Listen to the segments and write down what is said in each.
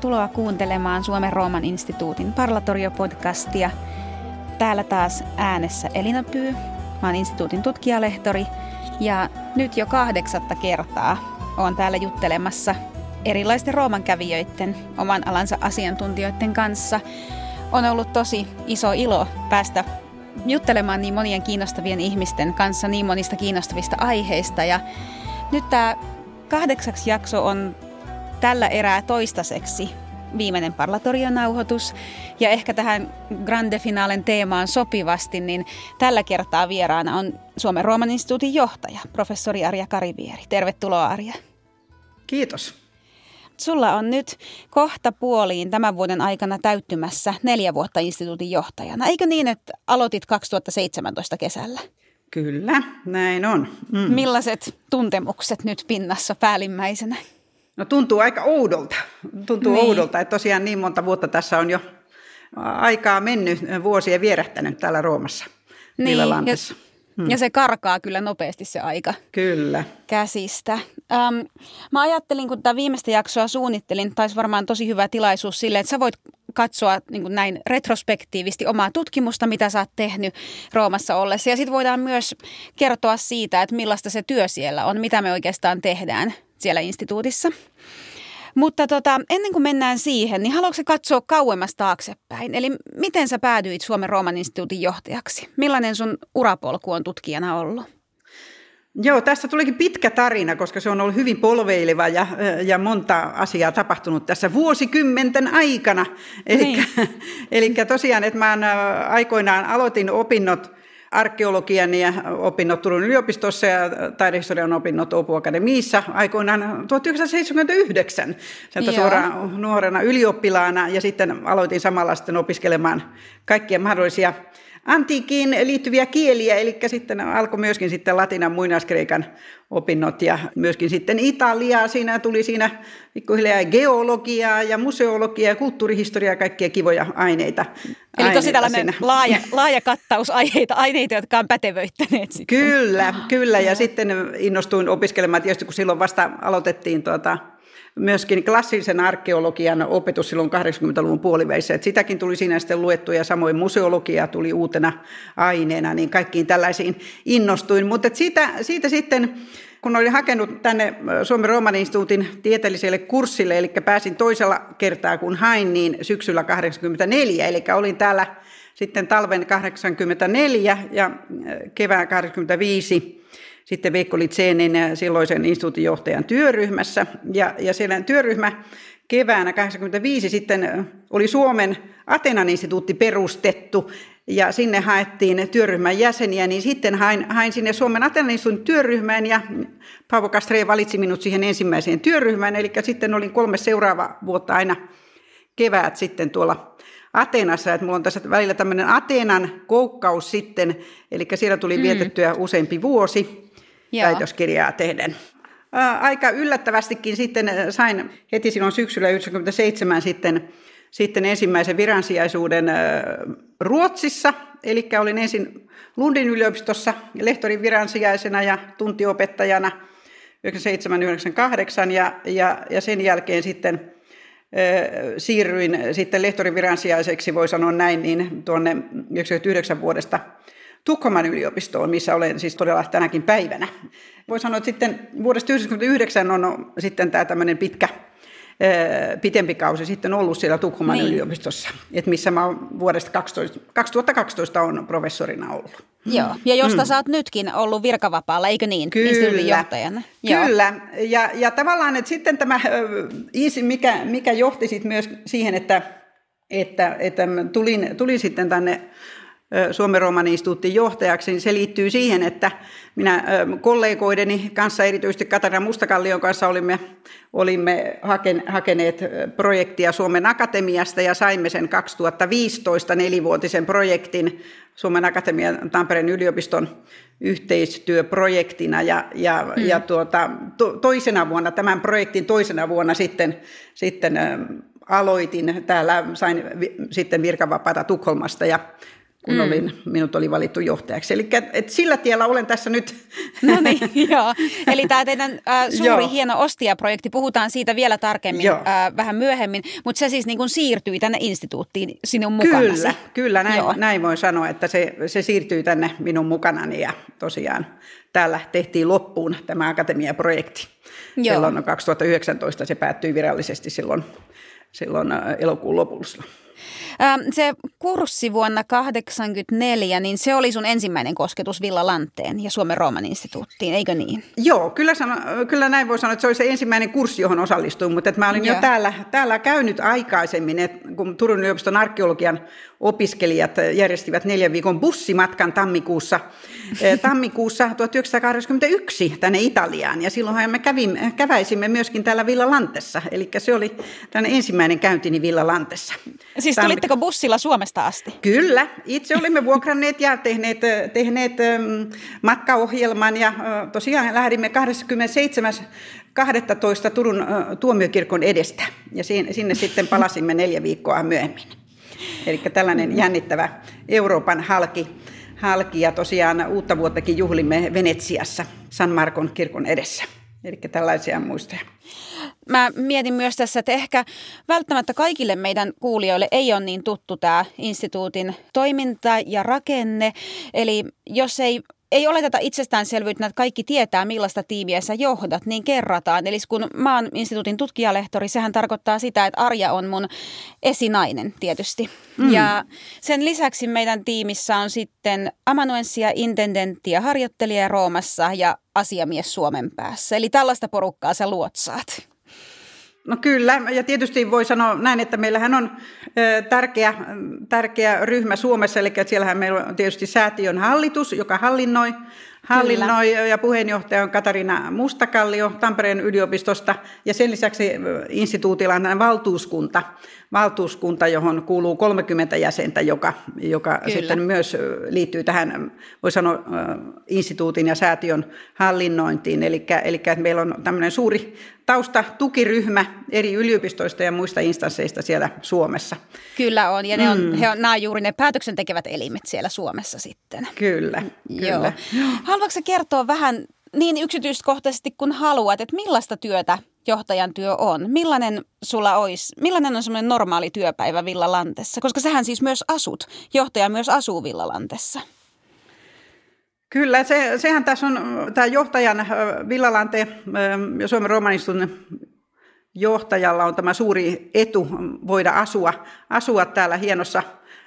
Tervetuloa kuuntelemaan Suomen Rooman instituutin Parlatorio-podcastia. Täällä taas äänessä Elina Pyy. Mä oon instituutin tutkijalehtori ja nyt jo 8. kertaa oon täällä juttelemassa erilaisten Rooman kävijöiden, oman alansa asiantuntijoiden kanssa. On ollut tosi iso ilo päästä juttelemaan niin monien kiinnostavien ihmisten kanssa niin monista kiinnostavista aiheista. Ja nyt tämä 8. jakso on tällä erää toistaiseksi viimeinen Parlatorio-nauhoitus. Ja ehkä tähän Grande Finalen teemaan sopivasti, niin tällä kertaa vieraana on Suomen Rooman instituutin johtaja, professori Arja Karivieri. Tervetuloa, Arja. Kiitos. Sulla on nyt kohta puoliin tämän vuoden aikana täyttymässä 4 vuotta instituutin johtajana. Eikö niin, että aloitit 2017 kesällä? Kyllä, näin on. Millaiset tuntemukset nyt pinnassa päällimmäisenä? No tuntuu aika oudolta. Oudolta, että tosiaan niin monta vuotta tässä on jo aikaa mennyt, vuosia vierähtänyt täällä Roomassa, Villalantessa. Ja se karkaa kyllä nopeasti se aika kyllä käsistä. Mä ajattelin, kun tätä viimeistä jaksoa suunnittelin, taisi varmaan tosi hyvä tilaisuus sille, että sä voit katsoa niin kuin näin retrospektiivisesti omaa tutkimusta, mitä sä oot tehnyt Roomassa ollessa. Ja sitten voidaan myös kertoa siitä, että millaista se työ siellä on, mitä me oikeastaan tehdään siellä instituutissa. Mutta ennen kuin mennään siihen, niin haluatko katsoa kauemmas taaksepäin? Eli miten sä päädyit Suomen Rooman instituutin johtajaksi? Millainen sun urapolku on tutkijana ollut? Joo, tästä tulikin pitkä tarina, koska se on ollut hyvin polveileva ja monta asiaa tapahtunut tässä vuosikymmenten aikana. Eli tosiaan, että mä aikoinaan aloitin opinnot arkeologian ja opinnot Turun yliopistossa ja taidehistorian opinnot Åbo Akademiissa aikoinaan 1979. Sieltä suoraan nuorena ylioppilaana ja sitten aloitin samalla sitten opiskelemaan kaikkia mahdollisia antiikkiin liittyviä kieliä, eli sitten alkoi myöskin sitten latinan muinaiskreikan opinnot ja myöskin sitten Italiaa. Siinä tuli pikkuhiljaa geologiaa ja museologiaa ja kulttuurihistoriaa ja kaikkia kivoja aineita. Eli tosi tällainen laaja kattaus aineita, jotka on pätevöittäneet sitten. Kyllä. Ja sitten innostuin opiskelemaan, tietysti kun silloin vasta aloitettiin myöskin klassisen arkeologian opetus silloin 80-luvun puolivälissä. Että sitäkin tuli siinä sitten luettu ja samoin museologia tuli uutena aineena, niin kaikkiin tällaisiin innostuin. Mutta siitä sitten, kun olin hakenut tänne Suomen Rooman instituutin tieteelliselle kurssille, eli pääsin toisella kertaa kun hain, niin syksyllä 1984, eli olin täällä sitten talven 1984 ja kevään 1985 sitten Veikko Litzénin silloisen instituutin johtajan työryhmässä. Ja siellä työryhmä keväänä 1985 sitten oli Suomen Atenan instituutti perustettu ja sinne haettiin työryhmän jäseniä, niin sitten hain sinne Suomen Atenan instituutin työryhmään ja Paavo Castré valitsi minut siihen ensimmäiseen työryhmään, eli sitten olin 3 seuraavaa vuotta aina keväät sitten tuolla Ateenassa, että mulla on tässä välillä tämmöinen Ateenan koukkaus sitten, eli siellä tuli vietettyä useampi vuosi väitöskirjaa tehden. Aika yllättävästikin sitten sain heti silloin syksyllä 1997 sitten ensimmäisen viransijaisuuden Ruotsissa, eli olin ensin Lundin yliopistossa lehtorin viransijaisena ja tuntiopettajana 97-98 ja sen jälkeen sitten siirryin sitten lehtorin viransijaiseksi, voi sanoa näin, niin tuonne 99 vuodesta Tukholman yliopistoon, missä olen siis todella tänäkin päivänä. Voi sanoa, että sitten vuodesta 1999 on sitten tämä tämmöinen pitempi kausi sitten ollut siellä Tukholman yliopistossa, että missä mä oon vuodesta 2012 on professorina ollut. Joo, ja josta sä oot nytkin ollut virkavapaalla, eikö niin? Kyllä. Ja tavallaan, että sitten tämä, mikä johti sitten myös siihen, että tulin sitten tänne Suomen Rooman instituutin johtajaksi, niin se liittyy siihen, että minä kollegoideni kanssa, erityisesti Katarina Mustakallion kanssa olimme hakeneet projektia Suomen Akatemiasta ja saimme sen 2015 4-vuotisen projektin Suomen Akatemian Tampereen yliopiston yhteistyöprojektina toisena vuonna, tämän projektin toisena vuonna sitten aloitin täällä, sain sitten virkavapaata Tukholmasta ja kun minut oli valittu johtajaksi. Eli sillä tiellä olen tässä nyt. No niin, joo. Eli tämä teidän suuri hieno Ostia-projekti, puhutaan siitä vielä tarkemmin vähän myöhemmin, mutta se siis niin kuin siirtyi tänne instituuttiin sinun mukanasi. Kyllä näin voin sanoa, että se siirtyi tänne minun mukanani ja tosiaan täällä tehtiin loppuun tämä akatemiaprojekti. Silloin 2019 se päättyi virallisesti silloin elokuun lopulla. Se kurssi vuonna 1984, niin se oli sun ensimmäinen kosketus Villa Lanteen ja Suomen Rooman instituuttiin, eikö niin? Joo, kyllä näin voi sanoa, että se oli se ensimmäinen kurssi, johon osallistuin, mutta että mä olin jo täällä käynyt aikaisemmin, että kun Turun yliopiston arkeologian opiskelijat järjestivät 4 viikon bussimatkan tammikuussa 1981 tänne Italiaan, ja silloinhan me käväisimme myöskin täällä Villa Lantessa, eli se oli tämän ensimmäinen käyntini Villa Lantessa. Siis tulitteko bussilla Suomesta asti? Kyllä, itse olimme vuokranneet ja tehneet matkaohjelman, ja tosiaan lähdimme 27.12. Turun tuomiokirkon edestä, ja sinne sitten palasimme 4 viikkoa myöhemmin. Eli tällainen jännittävä Euroopan halki, ja tosiaan uutta vuottakin juhlimme Venetsiassa San Markon kirkon edessä. Eli tällaisia muistoja. Mä mietin myös tässä, että ehkä välttämättä kaikille meidän kuulijoille ei ole niin tuttu tämä instituutin toiminta ja rakenne. Eli jos ei oleteta itsestäänselvyyttä, että kaikki tietää, millaista tiimiä sä johdat, niin kerrataan. Eli kun mä oon instituutin tutkijalehtori, sehän tarkoittaa sitä, että Arja on mun esinainen tietysti. Ja sen lisäksi meidän tiimissä on sitten amanuenssia, intendenttiä, harjoittelija Roomassa ja asiamies Suomen päässä. Eli tällaista porukkaa sä luotsaat. No kyllä, ja tietysti voi sanoa näin, että meillähän on tärkeä ryhmä Suomessa, eli siellähän meillä on tietysti säätiön hallitus, joka hallinnoi ja puheenjohtaja on Katariina Mustakallio Tampereen yliopistosta, ja sen lisäksi instituutilla on valtuuskunta, johon kuuluu 30 jäsentä, joka sitten myös liittyy tähän, voi sanoa, instituutin ja säätiön hallinnointiin, eli meillä on tämmöinen suuri taustatukiryhmä eri yliopistoista ja muista instansseista siellä Suomessa. Kyllä on, ja nämä on juuri ne päätöksentekevät elimet siellä Suomessa sitten. Kyllä. Joo. Haluatko sä kertoa vähän niin yksityiskohtaisesti kuin haluat, että millaista työtä johtajan työ on? Millainen on semmoinen normaali työpäivä Villa Lantessa? Koska sähän siis myös asut, johtaja myös asuu Villa Lantessa. Kyllä, sehän tässä on tämä johtajan Villa Lante ja Suomen Rooman instituutin johtajalla on tämä suuri etu voida asua täällä hienossa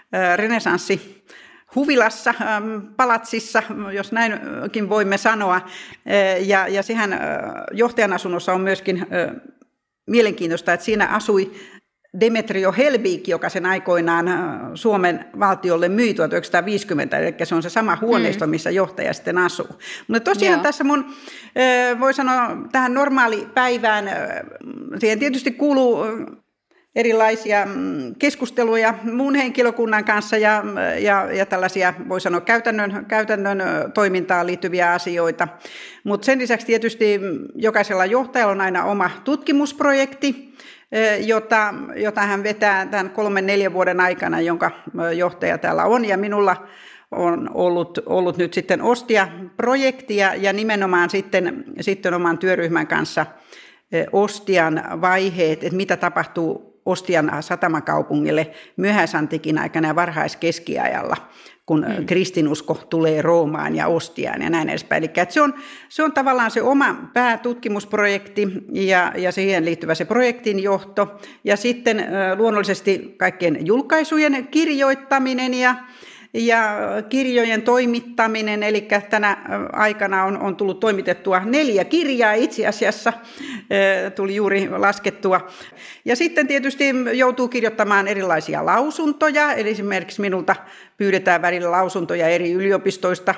renessanssihuvilassa, palatsissa, jos näinkin voimme sanoa. Ja sehän johtajan asunnossa on myöskin mielenkiintoista, että siinä asui Demetrio Helbig, joka sen aikoinaan Suomen valtiolle myi 1950, eli se on se sama huoneisto, missä johtaja sitten asuu. Mutta tosiaan tässä voi sanoa, tähän normaalipäivään, siihen tietysti kuuluu erilaisia keskusteluja muun henkilökunnan kanssa ja tällaisia, voi sanoa, käytännön toimintaan liittyviä asioita. Mutta sen lisäksi tietysti jokaisella johtajalla on aina oma tutkimusprojekti, jota hän vetää tämän 3-4 vuoden aikana, jonka johtaja täällä on. Ja minulla on ollut nyt sitten Ostia-projektia ja nimenomaan sitten oman työryhmän kanssa Ostian vaiheet, että mitä tapahtuu Ostian satamakaupungille myöhäisantiikin aikana ja varhaiskeskiajalla, kun kristinusko tulee Roomaan ja Ostiaan ja näin edespäin. Eli se on tavallaan se oma päätutkimusprojekti ja siihen liittyvä se projektin johto. Ja sitten luonnollisesti kaikkien julkaisujen kirjoittaminen ja kirjojen toimittaminen, eli tänä aikana on tullut toimitettua 4 kirjaa itse asiassa, tuli juuri laskettua. Ja sitten tietysti joutuu kirjoittamaan erilaisia lausuntoja, eli esimerkiksi minulta pyydetään välillä lausuntoja eri yliopistoista,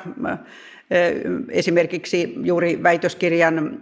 esimerkiksi juuri väitöskirjan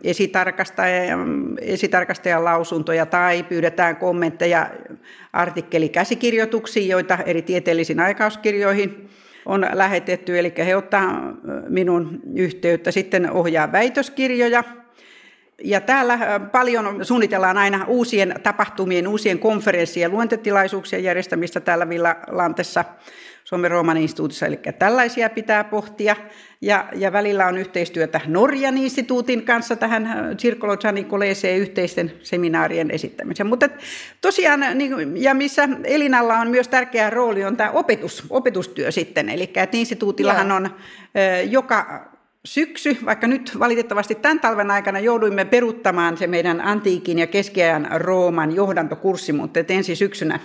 esitarkastajan lausuntoja tai pyydetään kommentteja artikkelikäsikirjoituksiin, joita eri tieteellisiin aikauskirjoihin on lähetetty, eli he ottaa minun yhteyttä, sitten ohjaa väitöskirjoja Ja täällä paljon suunnitellaan aina uusien tapahtumien, uusien konferenssien ja luentetilaisuuksien järjestämistä täällä Villa Lantessa Suomen Rooman instituutissa, eli tällaisia pitää pohtia. Ja välillä on yhteistyötä Norjan instituutin kanssa tähän Circolo Gianni Colese yhteisten seminaarien esittämiseen. Mutta tosiaan, ja missä Elinalla on myös tärkeä rooli, on tämä opetustyö sitten. Eli että instituutillahan on joka syksy, vaikka nyt valitettavasti tämän talven aikana jouduimme peruuttamaan se meidän antiikin ja keskiajan Rooman johdantokurssi, mutta ensi syksynä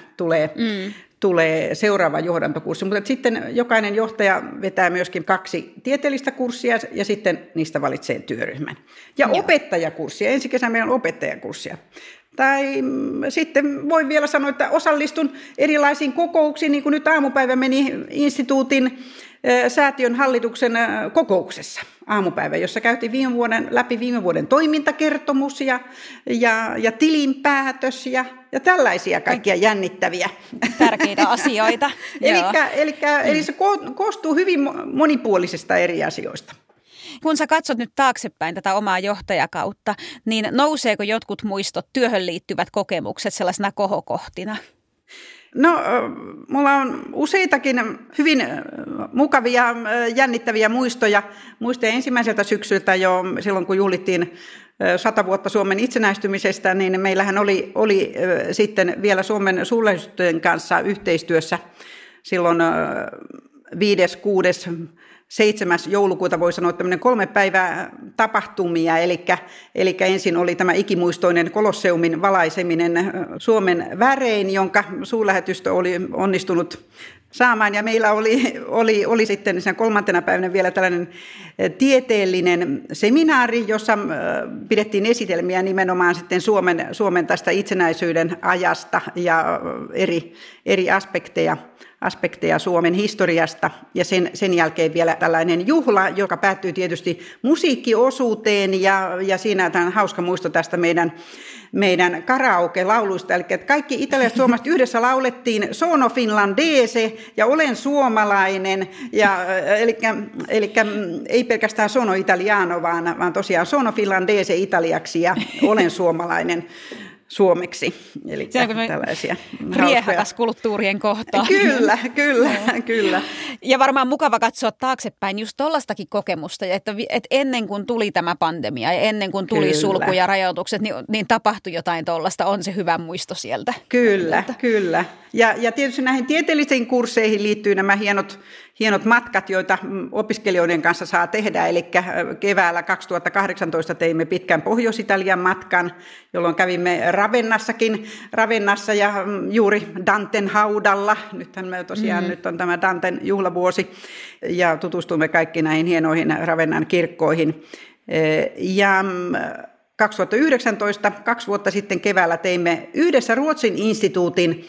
tulee seuraava johdantokurssi. Mutta sitten jokainen johtaja vetää myöskin 2 tieteellistä kurssia ja sitten niistä valitsee työryhmän. Ja opettajakurssia, ensi kesänä meillä on opettajakurssia. Tai sitten voi vielä sanoa, että osallistun erilaisiin kokouksiin, niin kuin nyt aamupäivä meni instituutin säätiön hallituksen kokouksessa aamupäivä, jossa käytiin läpi viime vuoden toimintakertomus ja tilinpäätös ja tällaisia kaikkia jännittäviä. Tärkeitä asioita. Eli se koostuu hyvin monipuolisista eri asioista. Kun sä katsot nyt taaksepäin tätä omaa johtajakautta, niin nouseeko jotkut muistot, työhön liittyvät kokemukset sellaisena kohokohtina? No, mulla on useitakin hyvin mukavia, jännittäviä muistoja ensimmäiseltä syksyltä jo silloin, kun juhlittiin 100 vuotta Suomen itsenäistymisestä, niin meillähän oli sitten vielä Suomen suurlähetystöjen kanssa yhteistyössä silloin 5., 6., 7. joulukuuta voi sanoa tämmöinen 3 päivää tapahtumia, eli ensin oli tämä ikimuistoinen Kolosseumin valaiseminen Suomen värein, jonka suurlähetystö oli onnistunut saamaan, ja meillä oli sitten sen 3. päivänä vielä tällainen tieteellinen seminaari, jossa pidettiin esitelmiä nimenomaan sitten Suomen tästä itsenäisyyden ajasta ja eri aspekteja Suomen historiasta, ja sen jälkeen vielä tällainen juhla, joka päättyi tietysti musiikkiosuuteen, ja siinä on hauska muisto tästä meidän karaoke-lauluista, eli kaikki italialaiset suomalaiset yhdessä laulettiin Sono finlandese ja Olen suomalainen, eli ei pelkästään Sono italiano, vaan tosiaan Sono finlandese italiaksi ja Olen suomalainen suomeksi. Eli tällaisia riehakas kulttuurien kohta. Kyllä. Ja varmaan mukava katsoa taaksepäin just tollaistakin kokemusta, että ennen kuin tuli tämä pandemia ja ennen kuin tuli sulku ja rajoitukset, niin tapahtui jotain tollaista. On se hyvä muisto sieltä. Kyllä. Ja tietysti näihin tieteellisiin kursseihin liittyy nämä hienot matkat, joita opiskelijoiden kanssa saa tehdä. Eli keväällä 2018 teimme pitkän Pohjois-Italian matkan, jolloin kävimme Ravennassa ja juuri Danten haudalla. Nythän me tosiaan nyt on tämä Danten juhlavuosi, ja tutustuimme kaikki näihin hienoihin Ravennan kirkkoihin. Ja 2019, 2 vuotta sitten keväällä, teimme yhdessä Ruotsin instituutin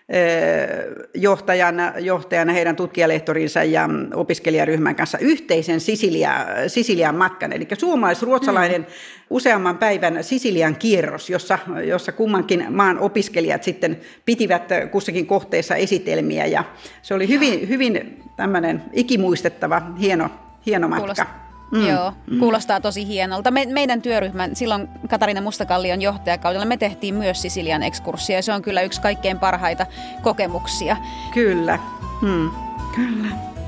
johtajana heidän tutkijalehtorinsa ja opiskelijaryhmän kanssa yhteisen Sisilian matkan. Eli suomalais-ruotsalainen useamman päivän Sisilian kierros, jossa kummankin maan opiskelijat sitten pitivät kussakin kohteessa esitelmiä. Ja se oli hyvin tämmöinen ikimuistettava, hieno matka. Joo, kuulostaa tosi hienolta. Meidän työryhmän, silloin Katariina Mustakallion johtajakaudella, me tehtiin myös Sisilian ekskurssia, ja se on kyllä yksi kaikkein parhaita kokemuksia. Kyllä. Kyllä.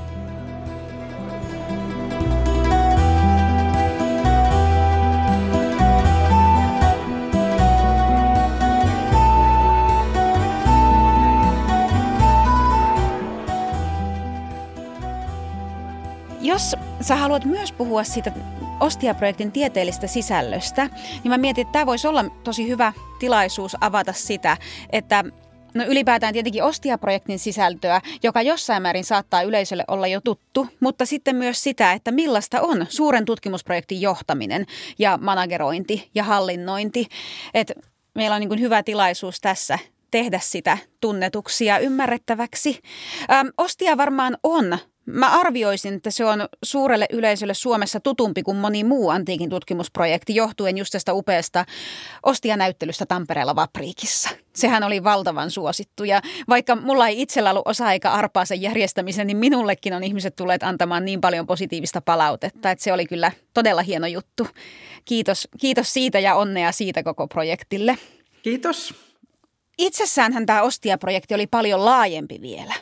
Jos sä haluat myös puhua siitä Ostia-projektin tieteellisestä sisällöstä, niin mä mietin, että tämä voisi olla tosi hyvä tilaisuus avata sitä, että ylipäätään tietenkin Ostia-projektin sisältöä, joka jossain määrin saattaa yleisölle olla jo tuttu, mutta sitten myös sitä, että millaista on suuren tutkimusprojektin johtaminen ja managerointi ja hallinnointi. Että meillä on niin kuin hyvä tilaisuus tässä tehdä sitä tunnetuksi ja ymmärrettäväksi. Ostia varmaan on Mä arvioisin, että se on suurelle yleisölle Suomessa tutumpi kuin moni muu antiikin tutkimusprojekti, johtuen just tästä upeasta Ostia-näyttelystä Tampereella Vapriikissa. Sehän oli valtavan suosittu, ja vaikka mulla ei itsellä ollut osa-aika arpaa sen järjestämisen, niin minullekin on ihmiset tulleet antamaan niin paljon positiivista palautetta, että se oli kyllä todella hieno juttu. Kiitos siitä ja onnea siitä koko projektille. Kiitos. Itsessäänhän tämä Ostia-projekti oli paljon laajempi vielä.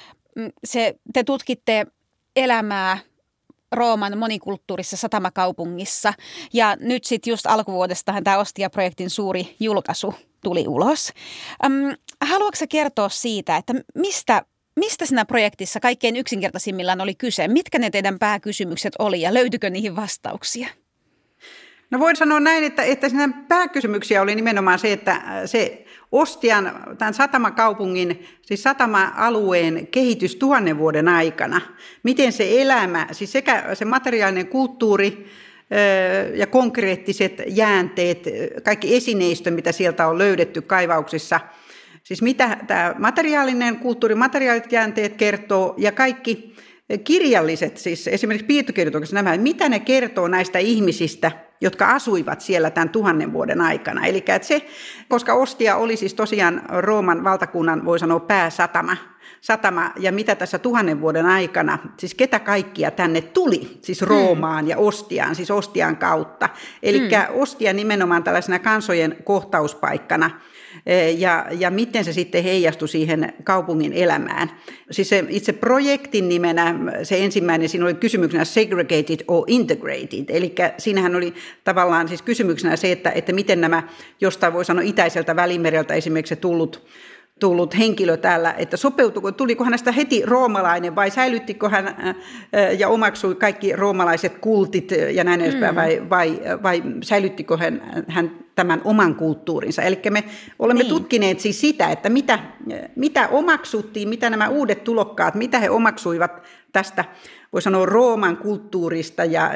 Te tutkitte elämää Rooman monikulttuurisessa satamakaupungissa, ja nyt sitten just alkuvuodestahan tämä Ostia-projektin suuri julkaisu tuli ulos. Haluatko sä kertoa siitä, että mistä siinä projektissa kaikkein yksinkertaisimmillaan oli kyse? Mitkä ne teidän pääkysymykset oli ja löytyykö niihin vastauksia? No voin sanoa näin, että siinä pääkysymyksiä oli nimenomaan se, että se Ostian, tämän satamakaupungin, siis satama-alueen kehitys 1000 vuoden aikana, miten se elämä, siis sekä se materiaalinen kulttuuri ja konkreettiset jäänteet, kaikki esineistö, mitä sieltä on löydetty kaivauksissa, siis mitä tämä materiaalinen kulttuuri, materiaalit jäänteet kertoo ja kaikki kirjalliset, siis esimerkiksi piirtokirjoituksessa nämä, mitä ne kertoo näistä ihmisistä, jotka asuivat siellä tämän 1000 vuoden aikana. Eli se, koska Ostia oli siis tosiaan Rooman valtakunnan, voi sanoa, pääsatama, ja mitä tässä 1000 vuoden aikana, siis ketä kaikkia tänne tuli, siis Roomaan ja Ostiaan, siis Ostian kautta. Eli Ostia nimenomaan tällaisena kansojen kohtauspaikkana, ja miten se sitten heijastui siihen kaupungin elämään. Siis se itse projektin nimenä, se ensimmäinen, siinä oli kysymyksenä segregated or integrated, eli siinähän oli tavallaan siis kysymyksenä se, että miten nämä, jostain voi sanoa itäiseltä Välimereltä esimerkiksi se tullut henkilö täällä, että tuliko hänestä heti roomalainen vai säilyttikö hän ja omaksui kaikki roomalaiset kultit ja näin edespäin, vai säilyttikö hän tämän oman kulttuurinsa. Eli me olemme tutkineet siis sitä, että mitä omaksuttiin, mitä nämä uudet tulokkaat, mitä he omaksuivat tästä, voi sanoa, Rooman kulttuurista ja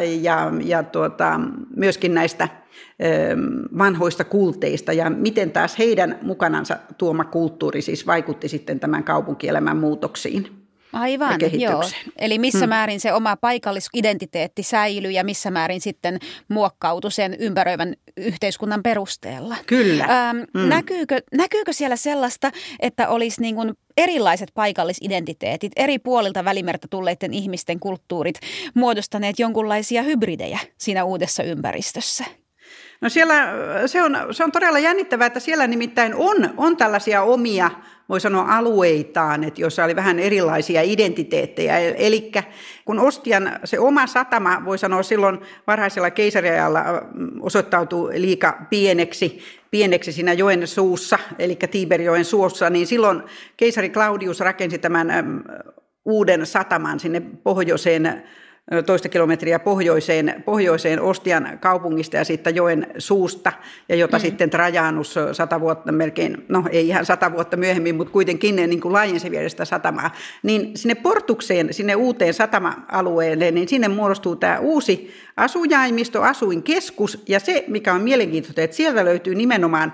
myöskin näistä vanhoista kulteista ja miten taas heidän mukanansa tuoma kulttuuri siis vaikutti sitten tämän kaupunkielämän muutoksiin. Aivan, joo. Eli missä määrin se oma paikallisidentiteetti säilyi ja missä määrin sitten muokkautui sen ympäröivän yhteiskunnan perusteella. Kyllä. Näkyykö siellä sellaista, että olisi niin kuin erilaiset paikallisidentiteetit, eri puolilta Välimerta tulleiden ihmisten kulttuurit muodostaneet jonkunlaisia hybridejä siinä uudessa ympäristössä? No siellä se on todella jännittävää, että siellä nimittäin on tällaisia omia, voi sanoa, alueitaan, että joissa oli vähän erilaisia identiteettejä. Eli kun Ostian se oma satama, voi sanoa silloin varhaisella keisariajalla osoittautui liika pieneksi siinä joen suussa, eli Tiberjoen suussa, niin silloin keisari Claudius rakensi tämän uuden sataman sinne pohjoiseen, 2 kilometriä pohjoiseen Ostian kaupungista ja siitä joen suusta, ja jota sitten Trajanus 100 vuotta melkein, no ei ihan 100 vuotta myöhemmin, mutta kuitenkin niin kuin laajensi vielä sitä satamaa, niin sinne Portukseen, sinne uuteen satama-alueelle, niin sinne muodostuu tämä uusi asujaimisto, asuinkeskus, ja se, mikä on mielenkiintoista, että sieltä löytyy nimenomaan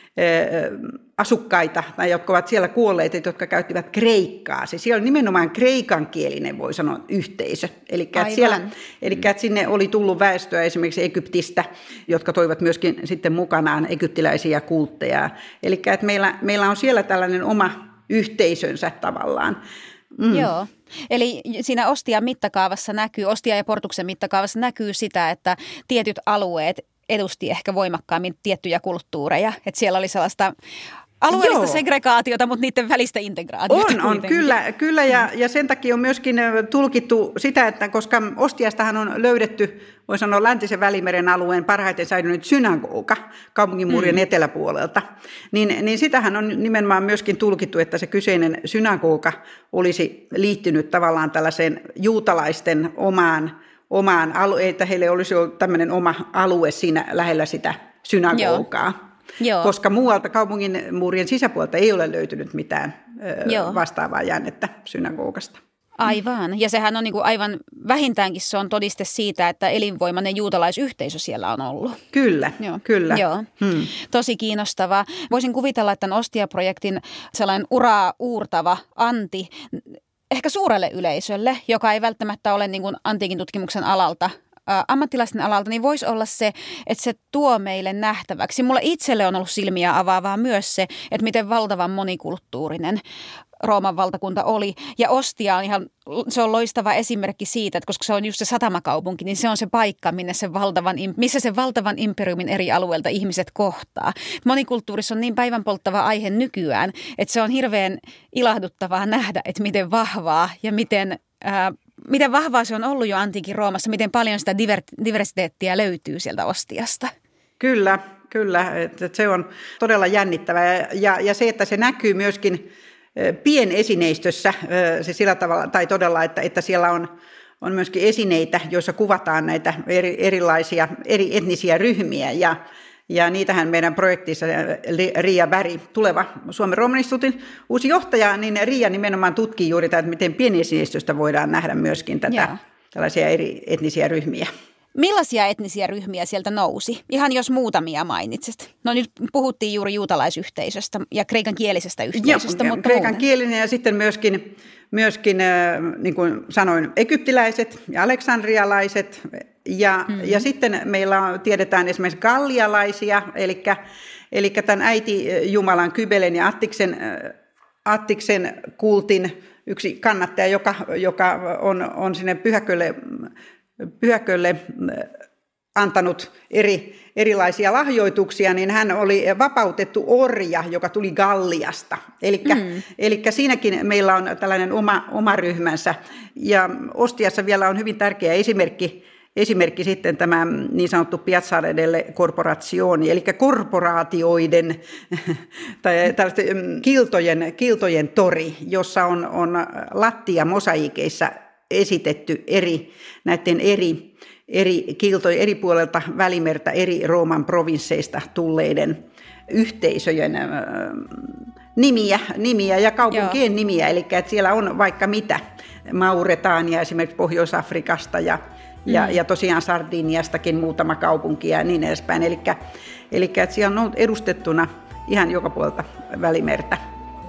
asukkaita, tai jotka ovat siellä kuolleet, jotka käyttivät kreikkaa. Siis siellä on nimenomaan kreikankielinen, voi sanoa, yhteisö. Eli että sinne oli tullut väestöä esimerkiksi Egyptistä, jotka toivat myöskin sitten mukanaan egyptiläisiä kultteja. Eli että meillä on siellä tällainen oma yhteisönsä tavallaan. Joo. Eli siinä Ostian mittakaavassa Ostia ja Portuksen mittakaavassa näkyy sitä, että tietyt alueet edusti ehkä voimakkaammin tiettyjä kulttuureja. Että siellä oli sellaista alueellista segregaatiota, mutta niiden välistä integraatiota. On kyllä ja sen takia on myöskin tulkittu sitä, että koska Ostiastahan on löydetty, voi sanoa, läntisen Välimeren alueen parhaiten säilynyt synagoga kaupungin muurien eteläpuolelta, niin sitähän on nimenomaan myöskin tulkittu, että se kyseinen synagoga olisi liittynyt tavallaan tällaiseen juutalaisten omaan alueen, että heille olisi ollut tämmöinen oma alue siinä lähellä sitä synagogaa. Joo. Koska muualta kaupungin muurien sisäpuolta ei ole löytynyt mitään vastaavaa jännettä synagogasta. Aivan. Ja sehän on niin kuin aivan vähintäänkin se on todiste siitä, että elinvoimainen juutalaisyhteisö siellä on ollut. Kyllä. Joo. Tosi kiinnostavaa. Voisin kuvitella, että tämän Ostia-projektin sellainen uraa uurtava anti ehkä suurelle yleisölle, joka ei välttämättä ole niin kuin antiikin tutkimuksen alalta, ammattilaisten alalta, niin voisi olla se, että se tuo meille nähtäväksi. Mulla itselle on ollut silmiä avaavaa myös se, että miten valtavan monikulttuurinen Rooman valtakunta oli. Ja Ostia on se on loistava esimerkki siitä, että koska se on just se satamakaupunki, niin se on se paikka, missä se valtavan imperiumin eri alueilta ihmiset kohtaa. Monikulttuurissa on niin päivänpolttava aihe nykyään, että se on hirveän ilahduttavaa nähdä, että miten vahvaa ja miten vahvaa se on ollut jo antiikin Roomassa, miten paljon sitä diversiteettiä löytyy sieltä Ostiasta. Kyllä. Että se on todella jännittävää ja se, että se näkyy myöskin pienesineistössä se sillä tavalla, tai todella, että siellä on myöskin esineitä, joissa kuvataan näitä erilaisia eri etnisiä ryhmiä ja niitähän meidän projektissa Riia Berg, tuleva Suomen Rooman instituutin uusi johtaja, niin Riia nimenomaan tutkii juuri tätä, että miten pienesineistöstä voidaan nähdä myöskin tällaisia eri etnisiä ryhmiä. Millaisia etnisiä ryhmiä sieltä nousi? Ihan jos muutamia mainitsit. No nyt puhuttiin juuri juutalaisyhteisöstä ja kreikan kielisestä yhteisöstä. Mutta kreikan kielinen ja sitten myöskin niin kuin sanoin, egyptiläiset ja aleksandrialaiset. Ja sitten meillä tiedetään esimerkiksi gallialaisia, eli tämän äiti-jumalan Kybelen ja Attiksen kultin yksi kannattaja, joka on sinne pyhäkölle antanut erilaisia lahjoituksia, niin hän oli vapautettu orja, joka tuli Galliasta. Eli siinäkin meillä on tällainen oma ryhmänsä. Ja Ostiassa vielä on hyvin tärkeä esimerkki sitten tämä niin sanottu Piazzale delle Corporazioni, eli korporaatioiden tai tällaisten kiltojen tori, jossa on lattiamosaiikeissa esitetty näiden eri kiltojen eri puolelta Välimerta, eri Rooman provinsseista tulleiden yhteisöjen nimiä ja kaupunkien nimiä, eli että siellä on vaikka mitä, Mauretania esimerkiksi Pohjois-Afrikasta ja tosiaan Sardiniastakin muutama kaupunki ja niin edespäin, eli että siellä on ollut edustettuna ihan joka puolelta Välimerta.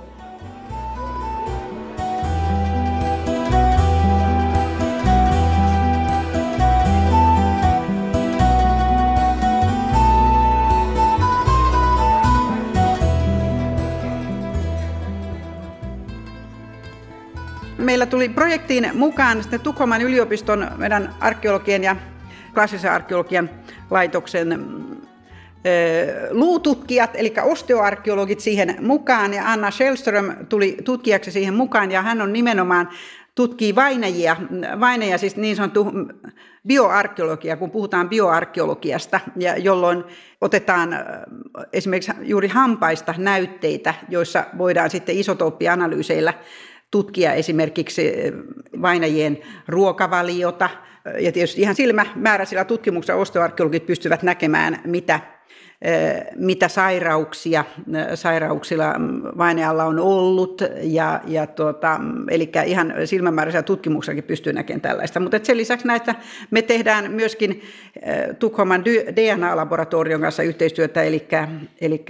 Meillä tuli projektiin mukaan sitten Tukholman yliopiston meidän arkeologian ja klassisen arkeologian laitoksen luututkijat, eli osteoarkeologit siihen mukaan, ja Anna Schellström tuli tutkijaksi siihen mukaan, ja hän on nimenomaan tutkii vainajia, siis niin sanottu bioarkeologia, kun puhutaan bioarkeologiasta, ja jolloin otetaan esimerkiksi juuri hampaista näytteitä, joissa voidaan sitten isotooppianalyyseillä tutkia esimerkiksi vainajien ruokavaliota, ja tietysti ihan silmämääräisillä tutkimuksilla osteoarkeologit pystyvät näkemään, mitä sairauksilla vainajalla on ollut, eli ihan silmämääräisellä tutkimuksella pystyy näkemään tällaista. Mutta sen lisäksi näistä me tehdään myöskin Tukholman DNA-laboratorion kanssa yhteistyötä, eli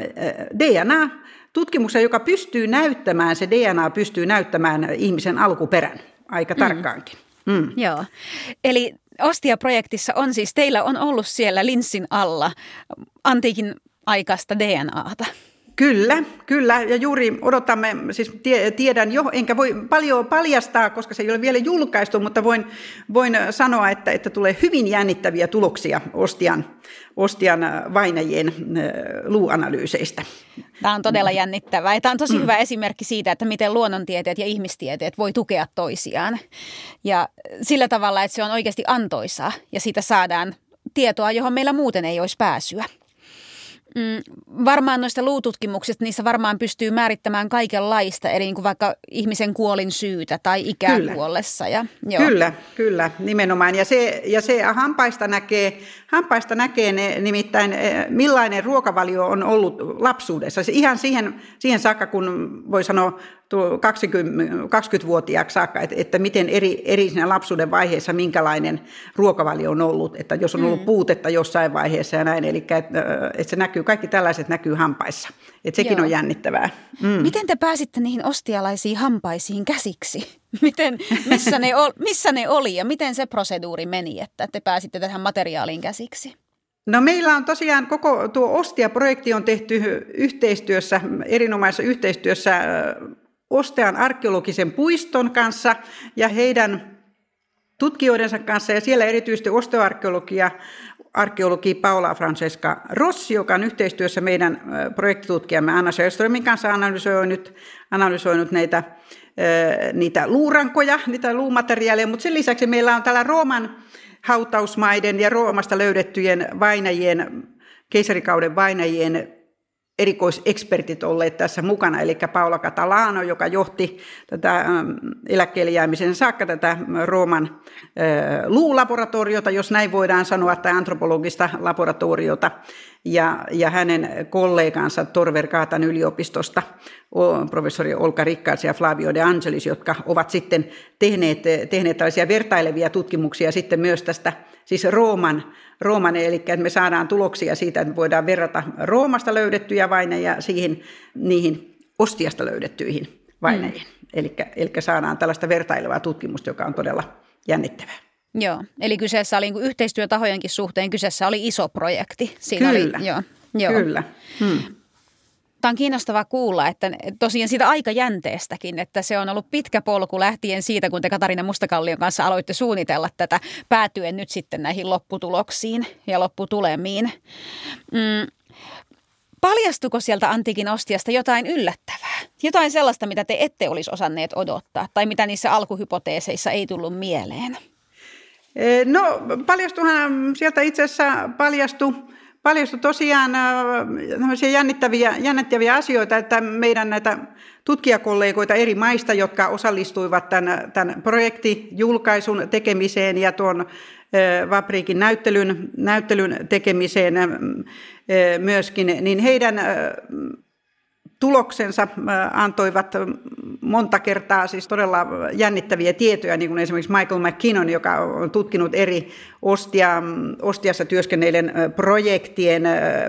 DNA-tutkimuksen, joka pystyy näyttämään, se DNA pystyy näyttämään ihmisen alkuperän aika tarkkaankin. Joo, eli Ostia-projektissa teillä on ollut siellä linssin alla antiikin aikaista DNAta. Kyllä, ja juuri odotamme, siis tiedän jo, enkä voi paljon paljastaa, koska se ei ole vielä julkaistu, mutta voin sanoa, että tulee hyvin jännittäviä tuloksia Ostian vainajien luuanalyyseistä. Tämä on todella jännittävää, ja tämä on tosi hyvä esimerkki siitä, että miten luonnontieteet ja ihmistieteet voi tukea toisiaan. Ja sillä tavalla, että se on oikeasti antoisaa, ja siitä saadaan tietoa, johon meillä muuten ei olisi pääsyä. Varmaan noista luututkimuksista, niissä varmaan pystyy määrittämään kaikenlaista, eli niin kuin vaikka ihmisen kuolin syytä tai ikää kuollessa. Kyllä, nimenomaan. Ja se hampaista näkee nimittäin, millainen ruokavalio on ollut lapsuudessa. Se ihan siihen saakka, kun voi sanoa 20-vuotiaaksi saakka, että miten eri siinä lapsuuden vaiheessa, minkälainen ruokavalio on ollut. Että jos on ollut puutetta jossain vaiheessa ja näin, eli että se näkyy kaikki tällaiset näkyy hampaissa. Että sekin on jännittävää. Miten te pääsitte niihin ostialaisiin hampaisiin käsiksi? Missä ne oli ja miten se proseduuri meni, että te pääsitte tähän materiaaliin käsiksi? No meillä on tosiaan koko tuo Ostia-projekti on tehty yhteistyössä, erinomaisessa yhteistyössä Ostean arkeologisen puiston kanssa ja heidän tutkijoidensa kanssa. Ja siellä erityisesti osteoarkeologi Paola Francesca Rossi, joka on yhteistyössä meidän projektitutkijamme Anna Sjöströmin kanssa analysoinut niitä luurankoja, niitä luumateriaaleja. Mutta sen lisäksi meillä on täällä Rooman hautausmaiden ja Roomasta löydettyjen vainajien, keisarikauden vainajien erikoisekspertit olleet tässä mukana, eli Paola Catalano, joka johti tätä eläkkeelle jäämisen saakka tätä Rooman luulaboratoriota, jos näin voidaan sanoa, tai antropologista laboratoriota, ja hänen kollegansa Tor Vergatan yliopistosta, professori Olga Riccards ja Flavio De Angelis, jotka ovat sitten tehneet tällaisia vertailevia tutkimuksia sitten myös tästä, siis Rooman, eli että me saadaan tuloksia siitä, että me voidaan verrata Roomasta löydettyjä vainajia niihin Ostiasta löydettyihin vainajiin. Eli saadaan tällaista vertailevaa tutkimusta, joka on todella jännittävää. Joo, eli kyseessä oli yhteistyötahojenkin suhteen, kyseessä oli iso projekti. Kyllä, kyllä. Tämä on kiinnostavaa kuulla, että tosiaan siitä aikajänteestäkin, että se on ollut pitkä polku lähtien siitä, kun te Katarina Mustakallion kanssa aloitte suunnitella tätä päätyen nyt sitten näihin lopputuloksiin ja lopputulemiin. Paljastuiko sieltä antiikin Ostiasta jotain yllättävää? Jotain sellaista, mitä te ette olisi osanneet odottaa tai mitä niissä alkuhypoteeseissa ei tullut mieleen? No paljastuhan sieltä itse asiassa paljastui tosiaan jännittäviä asioita, että meidän näitä tutkijakollegoita eri maista, jotka osallistuivat tämän projektijulkaisun tekemiseen ja tuon Vapriikin näyttelyn tekemiseen myöskin, niin heidän tuloksensa antoivat monta kertaa siis todella jännittäviä tietoja, niin kuin esimerkiksi Michael McKinnon, joka on tutkinut eri Ostiassa työskennelleiden projektien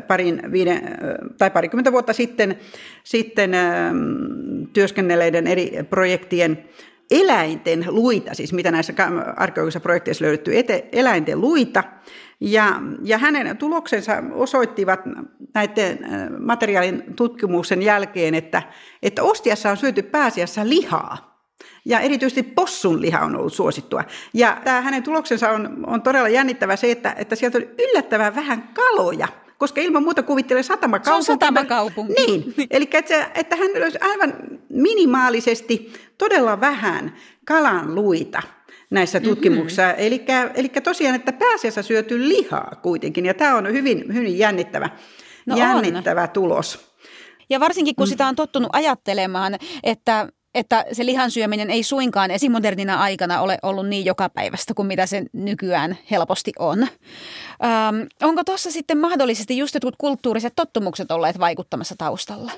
parikymmentä vuotta sitten työskennelleiden eri projektien eläinten luita, siis mitä näissä arkeologisissa projekteissa löydetty eläinten luita. Ja hänen tuloksensa osoittivat näiden materiaalin tutkimuksen jälkeen, että Ostiassa on syöty pääasiassa lihaa. Ja erityisesti possun liha on ollut suosittua. Ja tämä hänen tuloksensa on todella jännittävä se, että sieltä on yllättävän vähän kaloja, koska ilman muuta kuvittelee satamakaupunki. Se on satamakaupunki. Niin, eli että hän löysi aivan minimaalisesti todella vähän kalan luita näissä tutkimuksissa. Eli tosiaan, että pääasiassa syöty lihaa kuitenkin, ja tämä on hyvin jännittävä tulos. Ja varsinkin, kun sitä on tottunut ajattelemaan, että se lihan syöminen ei suinkaan esimodernina aikana ole ollut niin jokapäiväistä kuin mitä se nykyään helposti on. Onko tuossa sitten mahdollisesti just jotkut kulttuuriset tottumukset olleet vaikuttamassa taustalla?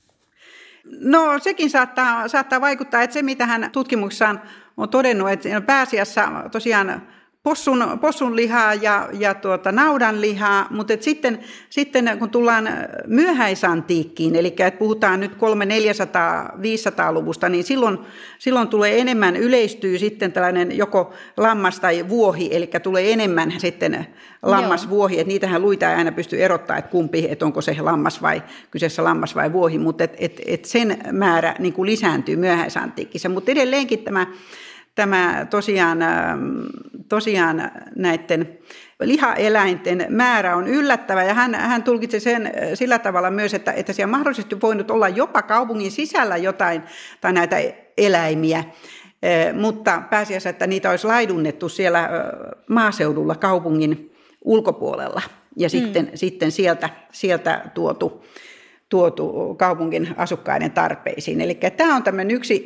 No sekin saattaa vaikuttaa, että se mitä hän tutkimuksessaan on todennut, että pääasiassa tosiaan possun lihaa ja naudan lihaa, mutta sitten kun tullaan myöhäisantiikkiin, eli että puhutaan nyt 300-400-500-luvusta, niin silloin tulee enemmän, yleistyy sitten tällainen joko lammas tai vuohi, eli tulee enemmän sitten lammasvuohi, että niitähän luita ei aina pysty erottamaan, että onko se kyseessä lammas vai vuohi, mutta et sen määrä niin kuin lisääntyy myöhäisantiikkissa, mutta edelleenkin tämä tosiaan näiden lihaeläinten määrä on yllättävä, ja hän tulkitsi sen sillä tavalla myös, että siellä mahdollisesti voinut olla jopa kaupungin sisällä jotain tai näitä eläimiä, mutta pääasiassa, että niitä olisi laidunnettu siellä maaseudulla kaupungin ulkopuolella ja sitten sieltä tuotu kaupungin asukkaiden tarpeisiin. Eli tämä on tämmöinen yksi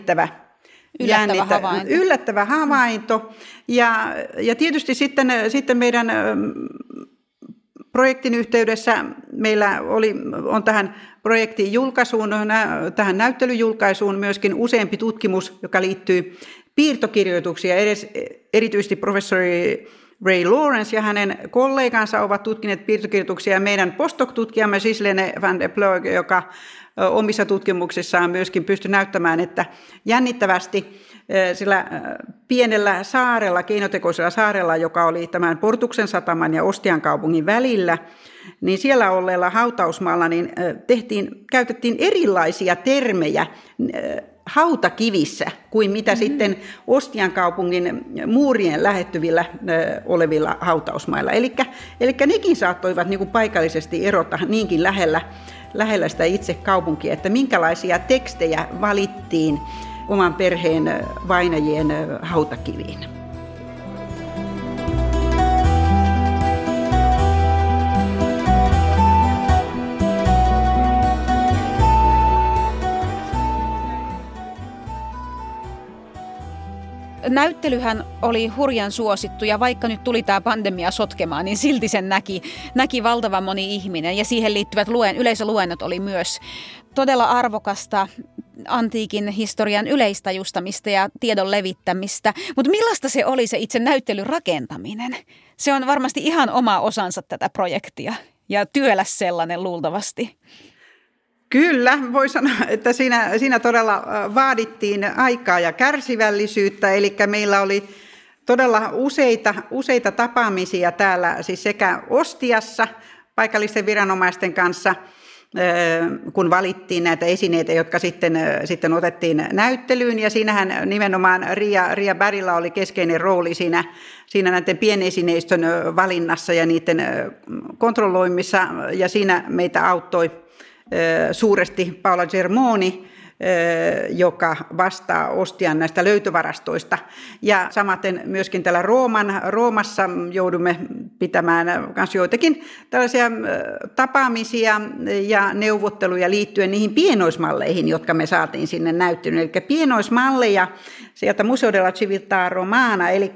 yllättävä havainto. Ja tietysti sitten meidän projektin yhteydessä meillä on tähän projektin julkaisuun, tähän näyttelyjulkaisuun myöskin useampi tutkimus, joka liittyy piirtokirjoituksiin. Erityisesti professori Ray Lawrence ja hänen kollegansa ovat tutkineet piirtokirjoituksia, ja meidän postdoc-tutkijamme Ghislaine van der Ploeg, joka omissa tutkimuksissaan myöskin pystyi näyttämään, että jännittävästi sillä pienellä saarella, keinotekoisella saarella, joka oli tämän Portuksen sataman ja Ostian kaupungin välillä, niin siellä olleella hautausmaalla niin käytettiin erilaisia termejä hautakivissä kuin mitä sitten Ostian kaupungin muurien lähettyvillä olevilla hautausmailla. Eli nekin saattoivat niin kuin paikallisesti erota niinkin lähellä sitä itse kaupunkia, että minkälaisia tekstejä valittiin oman perheen vainajien hautakiviin. Näyttelyhän oli hurjan suosittu, ja vaikka nyt tuli tämä pandemia sotkemaan, niin silti sen näki valtavan moni ihminen, ja siihen liittyvät yleisöluennot oli myös todella arvokasta antiikin historian yleistajustamista ja tiedon levittämistä. Mutta millaista se oli se itse näyttelyn rakentaminen? Se on varmasti ihan oma osansa tätä projektia, ja työläs sellainen luultavasti. Kyllä, voi sanoa, että siinä todella vaadittiin aikaa ja kärsivällisyyttä, eli meillä oli todella useita tapaamisia täällä, siis sekä Ostiassa paikallisten viranomaisten kanssa, kun valittiin näitä esineitä, jotka sitten otettiin näyttelyyn, ja siinähän nimenomaan Ria Bärillä oli keskeinen rooli siinä näiden pienesineistön valinnassa ja niiden kontrolloimissa, ja siinä meitä auttoi suuresti Paola Germoni, joka vastaa Ostian näistä löytövarastoista. Ja samaten myöskin täällä Roomassa joudumme pitämään myös joitakin tällaisia tapaamisia ja neuvotteluja liittyen niihin pienoismalleihin, jotka me saatiin sinne näyttelyyn. Eli pienoismalleja sieltä Museo della Civiltà Romana, eli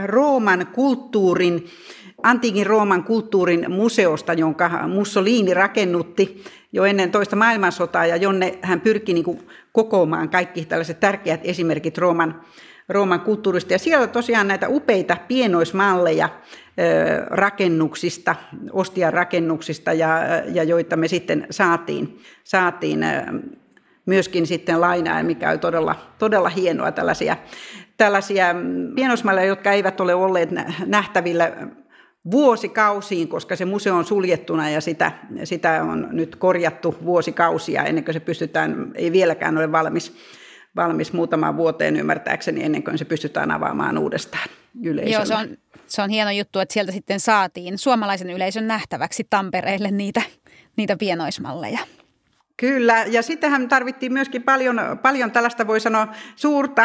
antiikin Rooman kulttuurin museosta, jonka Mussolini rakennutti jo ennen toista maailmansotaa, ja jonne hän pyrki niin kuin kokoamaan kaikki tällaiset tärkeät esimerkit Rooman kulttuurista. Ja siellä on tosiaan näitä upeita pienoismalleja rakennuksista, Ostian rakennuksista, ja joita me sitten saatiin myöskin sitten lainaa, mikä oli todella hienoa, tällaisia pienoismalleja, jotka eivät ole olleet nähtävillä vuosikausiin, koska se museo on suljettuna, ja sitä on nyt korjattu vuosikausia ennen kuin se ei vieläkään ole valmis muutamaan vuoteen ymmärtääkseni, ennen kuin se pystytään avaamaan uudestaan yleisölle. Joo, se on hieno juttu, että sieltä sitten saatiin suomalaisen yleisön nähtäväksi Tampereelle niitä pienoismalleja. Kyllä, ja sitähän tarvittiin myöskin paljon tällaista, voi sanoa, suurta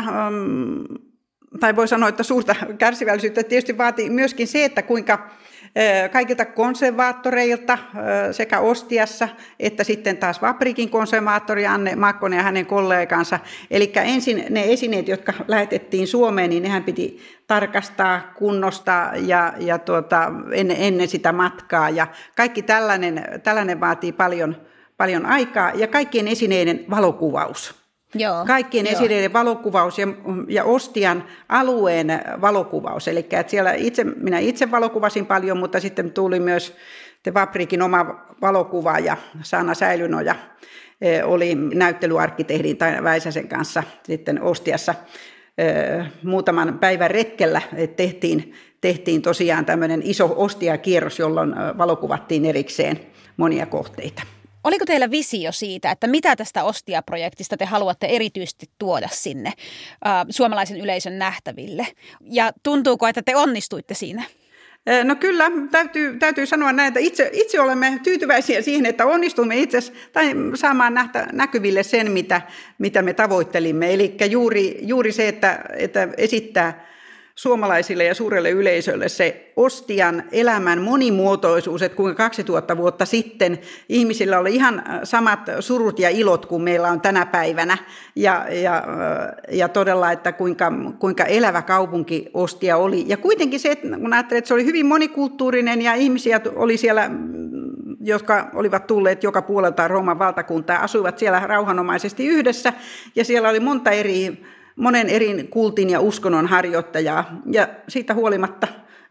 kärsivällisyyttä. Tietysti vaatii myöskin se, että kuinka kaikilta konservaattoreilta sekä Ostiassa että sitten taas Vaprikin konservaattori Anne Makkonen ja hänen kollegansa. Eli ensin ne esineet, jotka lähetettiin Suomeen, niin nehän piti tarkastaa, kunnostaa ja ennen sitä matkaa. Ja kaikki tällainen vaatii paljon aikaa, ja kaikkien esineiden valokuvaus. Kaikkien esineiden valokuvaus ja Ostian alueen valokuvaus. Eli että siellä minä itse valokuvasin paljon, mutta sitten tuli myös Vaprikin oma valokuvaaja Sanna Säilynoja oli näyttelyarkkitehdin Tai Väisäsen kanssa sitten Ostiassa muutaman päivän retkellä. Tehtiin tosiaan tämmöinen iso Ostia-kierros, jolloin valokuvattiin erikseen monia kohteita. Oliko teillä visio siitä, että mitä tästä Ostia-projektista te haluatte erityisesti tuoda sinne suomalaisen yleisön nähtäville? Ja tuntuuko, että te onnistuitte siinä? No kyllä, täytyy sanoa näin, että itse olemme tyytyväisiä siihen, että onnistuimme saamaan näkyville sen, mitä me tavoittelimme. Eli juuri se, että esittää suomalaisille ja suurelle yleisölle se Ostian elämän monimuotoisuus, että kuinka 2000 vuotta sitten ihmisillä oli ihan samat surut ja ilot kuin meillä on tänä päivänä. Ja todella, että kuinka elävä kaupunki Ostia oli. Ja kuitenkin se, että kun ajattelee, että se oli hyvin monikulttuurinen ja ihmisiä oli siellä, jotka olivat tulleet joka puolelta Rooman valtakuntaa, asuivat siellä rauhanomaisesti yhdessä, ja siellä oli monen eri kultin ja uskonnon harjoittajaa, ja siitä huolimatta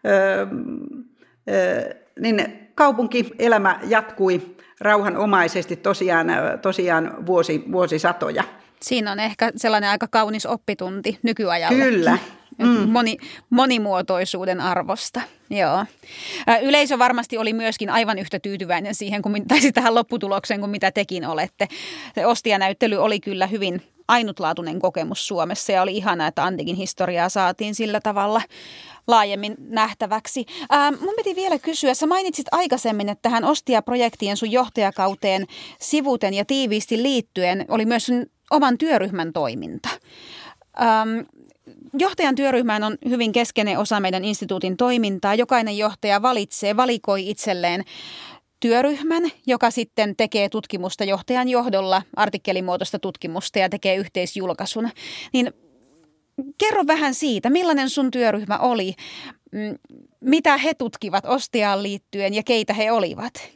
niin kaupunkielämä jatkui rauhanomaisesti tosiaan vuosisatoja. Siinä on ehkä sellainen aika kaunis oppitunti nykyajalle. Kyllä. Monimuotoisuuden arvosta. Joo. Yleisö varmasti oli myöskin aivan yhtä tyytyväinen siihen, tähän lopputulokseen kuin mitä tekin olette. Se Ostia-näyttely oli kyllä hyvin ainutlaatuinen kokemus Suomessa ja oli ihanaa, että antiikin historiaa saatiin sillä tavalla laajemmin nähtäväksi. Mun piti vielä kysyä, sä mainitsit aikaisemmin, että tähän Ostia-projektiin sun johtajakauteen sivuten ja tiiviisti liittyen oli myös sun oman työryhmän toiminta. Johtajan työryhmään on hyvin keskeinen osa meidän instituutin toimintaa. Jokainen johtaja valikoi itselleen työryhmän, joka sitten tekee tutkimusta johtajan johdolla, artikkelimuotoista tutkimusta ja tekee yhteisjulkaisun. Niin kerro vähän siitä, millainen sun työryhmä oli, mitä he tutkivat Ostiaan liittyen ja keitä he olivat?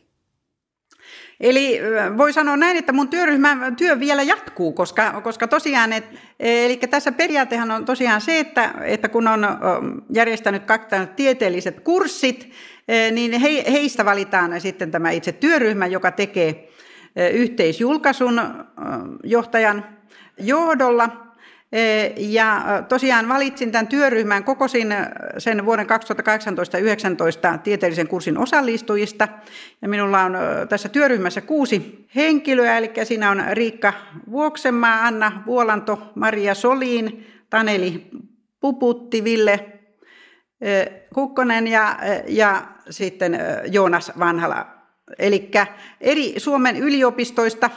Eli voi sanoa näin, että mun työryhmän työ vielä jatkuu, koska tosiaan, eli tässä periaatehan on tosiaan se, että kun on järjestänyt tieteelliset kurssit, niin heistä valitaan sitten tämä itse työryhmä, joka tekee yhteisjulkaisun johtajan johdolla. Ja tosiaan valitsin tämän työryhmän, kokosin sen vuoden 2018-2019 tieteellisen kurssin osallistujista. Ja minulla on tässä työryhmässä 6 henkilöä, eli siinä on Riikka Vuoksenmaa, Anna Vuolanto, Maria Soliin, Taneli Puputti, Ville Kukkonen ja sitten Joonas Vanhala. Eli eri Suomen yliopistoista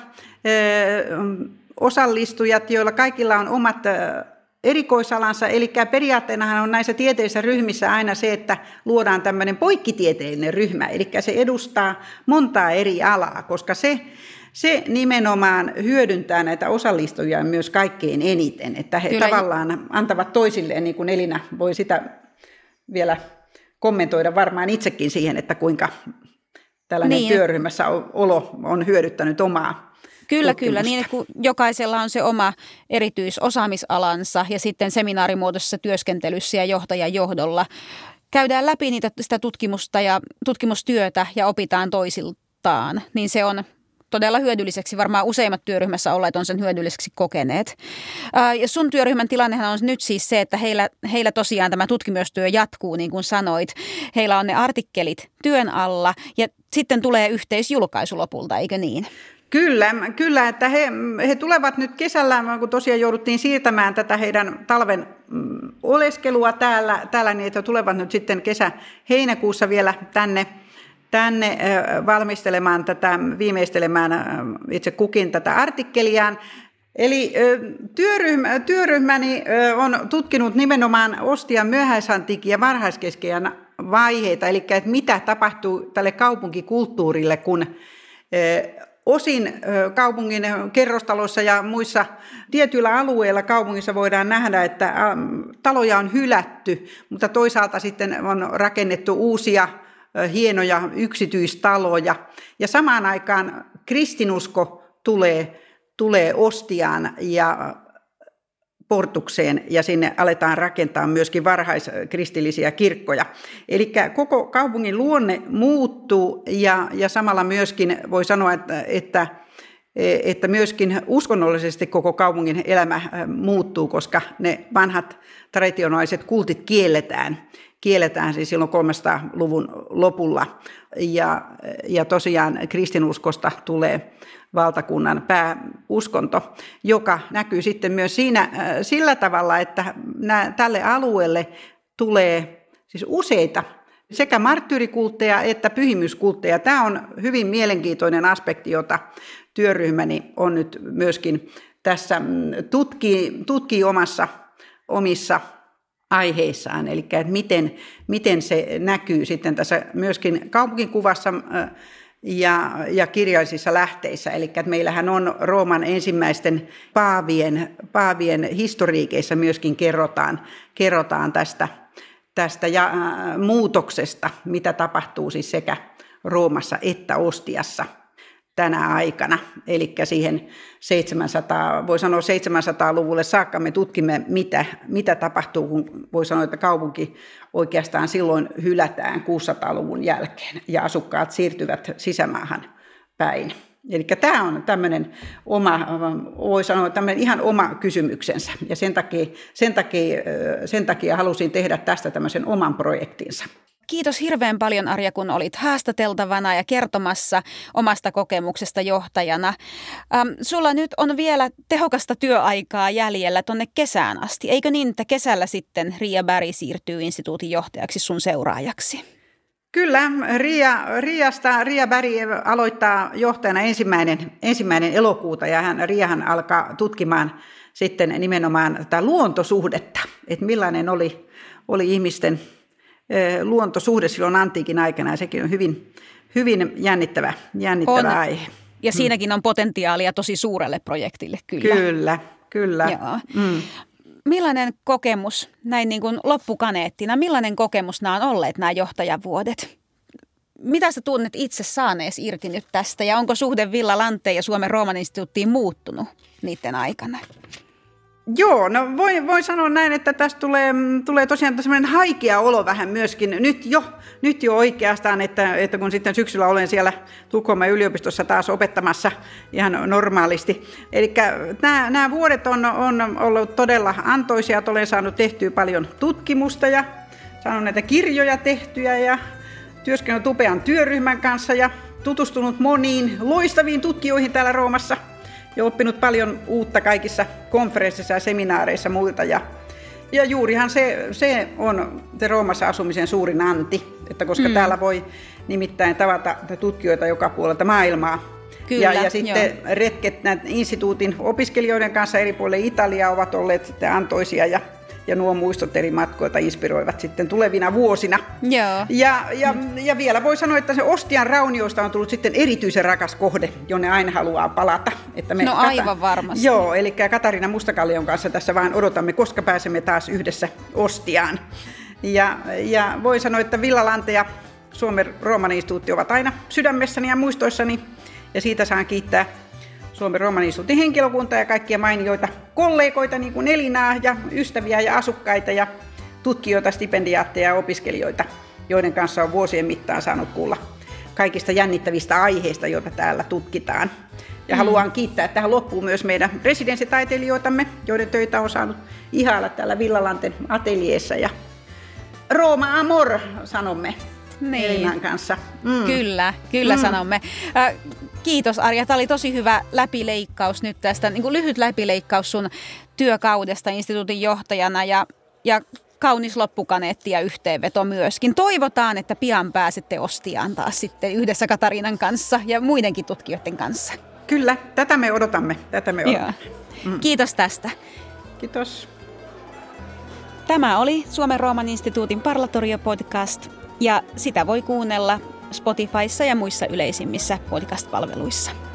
osallistujat, joilla kaikilla on omat erikoisalansa, eli periaatteenahan on näissä tieteellisissä ryhmissä aina se, että luodaan tämmöinen poikkitieteellinen ryhmä, eli se edustaa montaa eri alaa, koska se nimenomaan hyödyntää näitä osallistujia myös kaikkein eniten, että he Kyllä. tavallaan antavat toisilleen, niin kuin Elina voi sitä vielä kommentoida varmaan itsekin siihen, että kuinka tällainen työryhmässä olo on hyödyttänyt omaa Kyllä, niin kuin jokaisella on se oma erityisosaamisalansa ja sitten seminaarimuotoisessa työskentelyssä ja johtajan johdolla käydään läpi sitä tutkimusta ja tutkimustyötä ja opitaan toisiltaan, niin se on todella hyödylliseksi. Varmaan useimmat työryhmässä olleet on sen hyödylliseksi kokeneet. Ja sun työryhmän tilannehan on nyt siis se, että heillä tosiaan tämä tutkimustyö jatkuu, niin kuin sanoit. Heillä on ne artikkelit työn alla ja sitten tulee yhteisjulkaisu lopulta, eikö niin? Kyllä, että he tulevat nyt kesällä, kun tosiaan jouduttiin siirtämään tätä heidän talven oleskelua täällä niin että tulevat nyt sitten heinäkuussa vielä tänne valmistelemaan viimeistelemään itse kukin tätä artikkeliaan. Eli työryhmäni on tutkinut nimenomaan Ostian myöhäisantiikin ja varhaiskeskeajan vaiheita, eli että mitä tapahtuu tälle kaupunkikulttuurille, kun osin kaupungin kerrostaloissa ja muissa tietyillä alueilla kaupungissa voidaan nähdä, että taloja on hylätty, mutta toisaalta sitten on rakennettu uusia hienoja yksityistaloja. Ja samaan aikaan kristinusko tulee Ostiaan ja Portukseen ja sinne aletaan rakentaa myöskin varhaiskristillisiä kirkkoja. Eli koko kaupungin luonne muuttuu ja samalla myöskin voi sanoa, että myöskin uskonnollisesti koko kaupungin elämä muuttuu, koska ne vanhat traditionaaliset kultit kielletään siis silloin 300-luvun lopulla. Ja tosiaan kristinuskosta tulee valtakunnan pääuskonto, joka näkyy sitten myös sillä tavalla, että tälle alueelle tulee siis useita sekä marttyyrikultteja että pyhimyskultteja. Tämä on hyvin mielenkiintoinen aspekti, jota työryhmäni on nyt myöskin tässä tutkii omissa aiheissaan, eli että miten se näkyy sitten tässä myöskin kaupunkikuvassa ja kirjallisissa lähteissä. Eli että meillähän on Rooman ensimmäisten paavien historiikeissa myöskin kerrotaan tästä ja muutoksesta, mitä tapahtuu siis sekä Roomassa että Ostiassa tänä aikana. Eli siihen 700-luvulle saakka me tutkimme, mitä tapahtuu, kun voi sanoa, että kaupunki oikeastaan silloin hylätään 600-luvun jälkeen ja asukkaat siirtyvät sisämaahan päin. Eli tämä on tämmöinen voi sanoa tämmöinen ihan oma kysymyksensä ja sen takia halusin tehdä tästä tämmöisen oman projektinsa. Kiitos hirveän paljon, Arja, kun olit haastateltavana ja kertomassa omasta kokemuksesta johtajana. Sulla nyt on vielä tehokasta työaikaa jäljellä tuonne kesään asti. Eikö niin, että kesällä sitten Riia Berg siirtyy instituutin johtajaksi sun seuraajaksi? Kyllä, Riia Berg aloittaa johtajana ensimmäinen elokuuta ja Riahan alkaa tutkimaan sitten nimenomaan tätä luontosuhdetta, että millainen oli ihmisten luontosuhde silloin antiikin aikana, ja sekin on hyvin jännittävä aihe. Ja siinäkin on potentiaalia tosi suurelle projektille, kyllä. Kyllä. Joo. Millainen kokemus, näin niin kuin loppukaneettina, millainen kokemus nämä on olleet nämä johtajavuodet? Mitä sä tunnet itse saaneesi irti nyt tästä, ja onko suhde Villa Lanteen ja Suomen Rooman instituuttiin muuttunut niiden aikana? Joo, no voi sanoa näin, että tästä tulee tosiaan semmoinen haikea olo vähän myöskin nyt jo oikeastaan, että kun sitten syksyllä olen siellä Tukholman yliopistossa taas opettamassa ihan normaalisti. Eli nämä vuodet on ollut todella antoisia, että olen saanut tehtyä paljon tutkimusta ja saanut näitä kirjoja tehtyä ja työskennellyt upean työryhmän kanssa ja tutustunut moniin loistaviin tutkijoihin täällä Roomassa. Ja oppinut paljon uutta kaikissa konferensseissa ja seminaareissa muilta. Ja juurihan se on se Roomassa asumisen suurin anti, että koska täällä voi nimittäin tavata tutkijoita joka puolelta maailmaa. Kyllä, ja sitten retket näiden instituutin opiskelijoiden kanssa eri puolille Italiaa ovat olleet sitten antoisia ja nuo muistot eri matkoilta inspiroivat sitten tulevina vuosina. Joo. Ja vielä voi sanoa, että se Ostian raunioista on tullut sitten erityisen rakas kohde, jonne aina haluaa palata. Että me aivan varmasti. Joo, eli Katariina Mustakallion kanssa tässä vaan odotamme, koska pääsemme taas yhdessä Ostiaan. Ja voi sanoa, että Villa Lante ja Suomen Rooman instituutti ovat aina sydämessäni ja muistoissani, ja siitä saan kiittää Suomen Rooman instituutin henkilökuntaa ja kaikkia mainioita kollegoita, niin kuin Elinaa ja ystäviä ja asukkaita ja tutkijoita, stipendiaatteja ja opiskelijoita, joiden kanssa on vuosien mittaan saanut kuulla kaikista jännittävistä aiheista, joita täällä tutkitaan. Ja haluan kiittää tähän loppuun myös meidän residenssitaiteilijoitamme, joiden töitä on saanut ihailla täällä Villa Lanten ateljeessa. Ja Roma Amor, sanomme Elinan kanssa. Kyllä sanomme. Kiitos, Arja. Tämä oli tosi hyvä läpileikkaus nyt tästä, niin kuin lyhyt läpileikkaus sun työkaudesta instituutin johtajana ja kaunis loppukaneetti ja yhteenveto myöskin. Toivotaan, että pian pääsette Ostiaan taas sitten yhdessä Katariinan kanssa ja muidenkin tutkijoiden kanssa. Kyllä, tätä me odotamme. Kiitos tästä. Kiitos. Tämä oli Suomen Rooman instituutin Parlatorio-podcast ja sitä voi kuunnella Spotifyssa ja muissa yleisimmissä podcast-palveluissa.